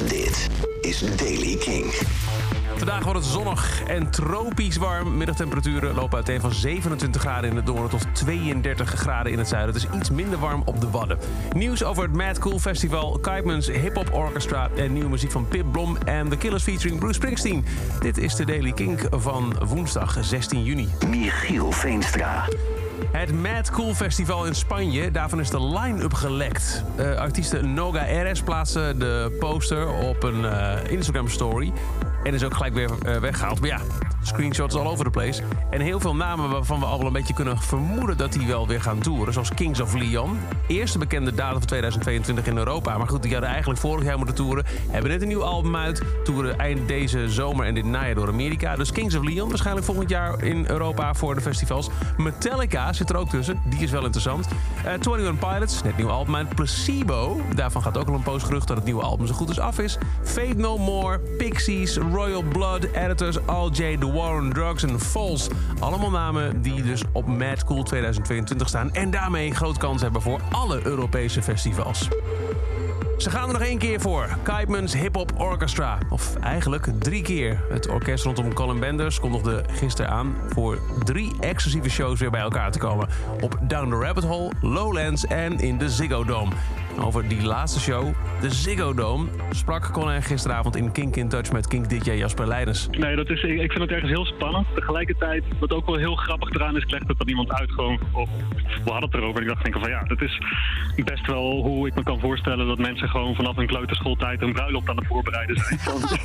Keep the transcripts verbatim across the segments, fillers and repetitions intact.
Dit is Daily King. Vandaag wordt het zonnig en tropisch warm. Middagtemperaturen lopen uiteen van zevenentwintig graden in het noorden tot tweeëndertig graden in het zuiden. Het is iets minder warm op de Wadden. Nieuws over het Mad Cool Festival, Kaiman's Hip Hop Orchestra en nieuwe muziek van Pip Blom en The Killers featuring Bruce Springsteen. Dit is de Daily King van woensdag zestien juni. Michiel Veenstra. Het Mad Cool Festival in Spanje, daarvan is de line-up gelekt. Uh, artiesten Noga R S plaatsen de poster op een uh, Instagram-story. En is ook gelijk weer uh, weggehaald. Maar ja, screenshots all over the place. En heel veel namen waarvan we al wel een beetje kunnen vermoeden dat die wel weer gaan toeren. Zoals Kings of Leon. Eerste bekende datum van tweeduizend tweeëntwintig in Europa. Maar goed, die hadden eigenlijk vorig jaar moeten toeren. Hebben net een nieuw album uit. Toeren eind deze zomer en dit najaar door Amerika. Dus Kings of Leon waarschijnlijk volgend jaar in Europa voor de festivals. Metallica zit er ook tussen. Die is wel interessant. Uh, eenentwintig Pilots, net nieuw album uit. Placebo, daarvan gaat ook al een poosgerucht dat het nieuwe album zo goed als af is. Fate No More, Pixies, Royal Blood, Editors, Al J, The War on Drugs en Falls. Allemaal namen die dus op Mad Cool tweeduizend tweeëntwintig staan. En daarmee groot kans hebben voor alle Europese festivals. Ze gaan er nog één keer voor. Kaiman's Hip Hop Orchestra. Of eigenlijk drie keer. Het orkest rondom Colin Benders kondigde gisteren aan voor drie exclusieve shows weer bij elkaar te komen. Op Down the Rabbit Hole, Lowlands en in de Ziggo Dome. Over die laatste show, de Ziggo Dome, sprak Colin gisteravond in Kink in Touch met Kink D J Jasper Leidens. Nee, dat is, ik vind het ergens heel spannend. Tegelijkertijd, wat ook wel heel grappig eraan is, ik legde het aan iemand uit gewoon, of we hadden het erover. Ik dacht denk van ja, dat is best wel hoe ik me kan voorstellen dat mensen gewoon vanaf hun kleuterschooltijd een bruiloft aan het voorbereiden zijn.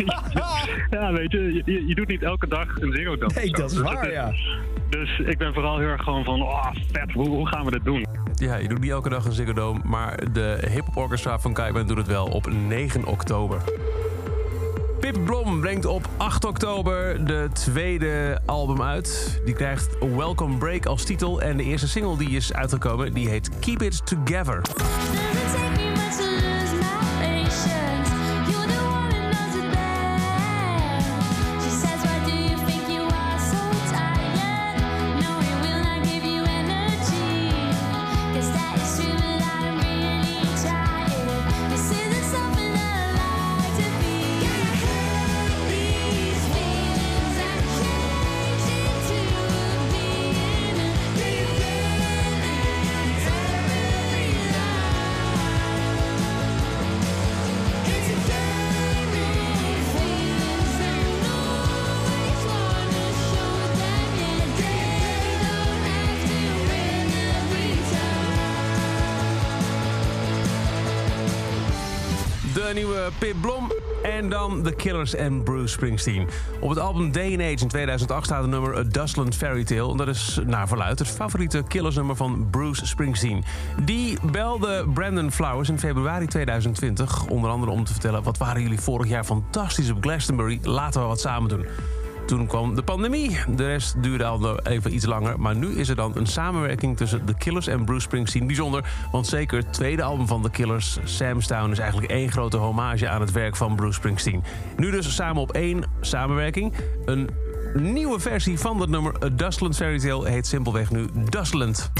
Ja, weet je, je, je doet niet elke dag een Ziggo Dome. Nee, dat is waar, ja. Dus ik ben vooral heel erg gewoon van, oh vet, hoe, hoe gaan we dit doen? Ja, je doet niet elke dag een Ziggo Dome, maar de Hip Hop Orchestra van Kaiman doet het wel op negen oktober. Pip Blom brengt op acht oktober de tweede album uit. Die krijgt Welcome Break als titel en de eerste single die is uitgekomen, die heet Keep It Together. De nieuwe Pip Blom en dan The Killers en Bruce Springsteen. Op het album Day and Age in tweeduizend acht staat het nummer A Dustland Fairy Tale. En dat is naar verluidt het favoriete Killers-nummer van Bruce Springsteen. Die belde Brandon Flowers in februari tweeduizend twintig. Onder andere om te vertellen, wat waren jullie vorig jaar fantastisch op Glastonbury? Laten we wat samen doen. Toen kwam de pandemie. De rest duurde al nog even iets langer. Maar nu is er dan een samenwerking tussen The Killers en Bruce Springsteen. Bijzonder, want zeker het tweede album van The Killers, Sam's Town, is eigenlijk één grote hommage aan het werk van Bruce Springsteen. Nu dus samen op één samenwerking. Een nieuwe versie van dat nummer, A Dustland Fairy Tale, heet simpelweg nu Dustland.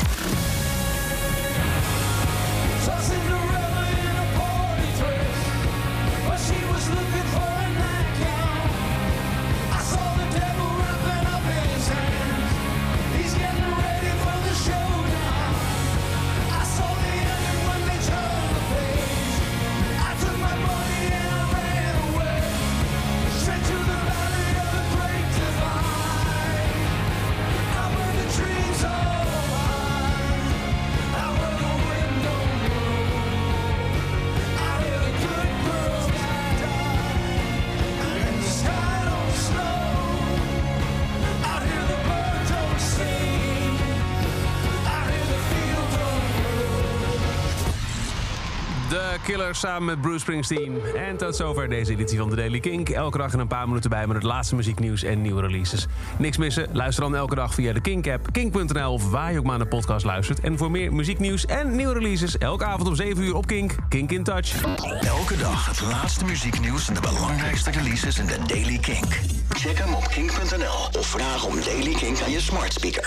De Killers samen met Bruce Springsteen. En tot zover deze editie van de Daily Kink. Elke dag in een paar minuten bij met het laatste muzieknieuws en nieuwe releases. Niks missen? Luister dan elke dag via de Kink-app, kink punt n l of waar je ook maar naar de podcast luistert. En voor meer muzieknieuws en nieuwe releases, elke avond om zeven uur op Kink. Kink in Touch. Elke dag het laatste muzieknieuws en de belangrijkste releases in de Daily Kink. Check hem op kink punt n l of vraag om Daily Kink aan je smart speaker.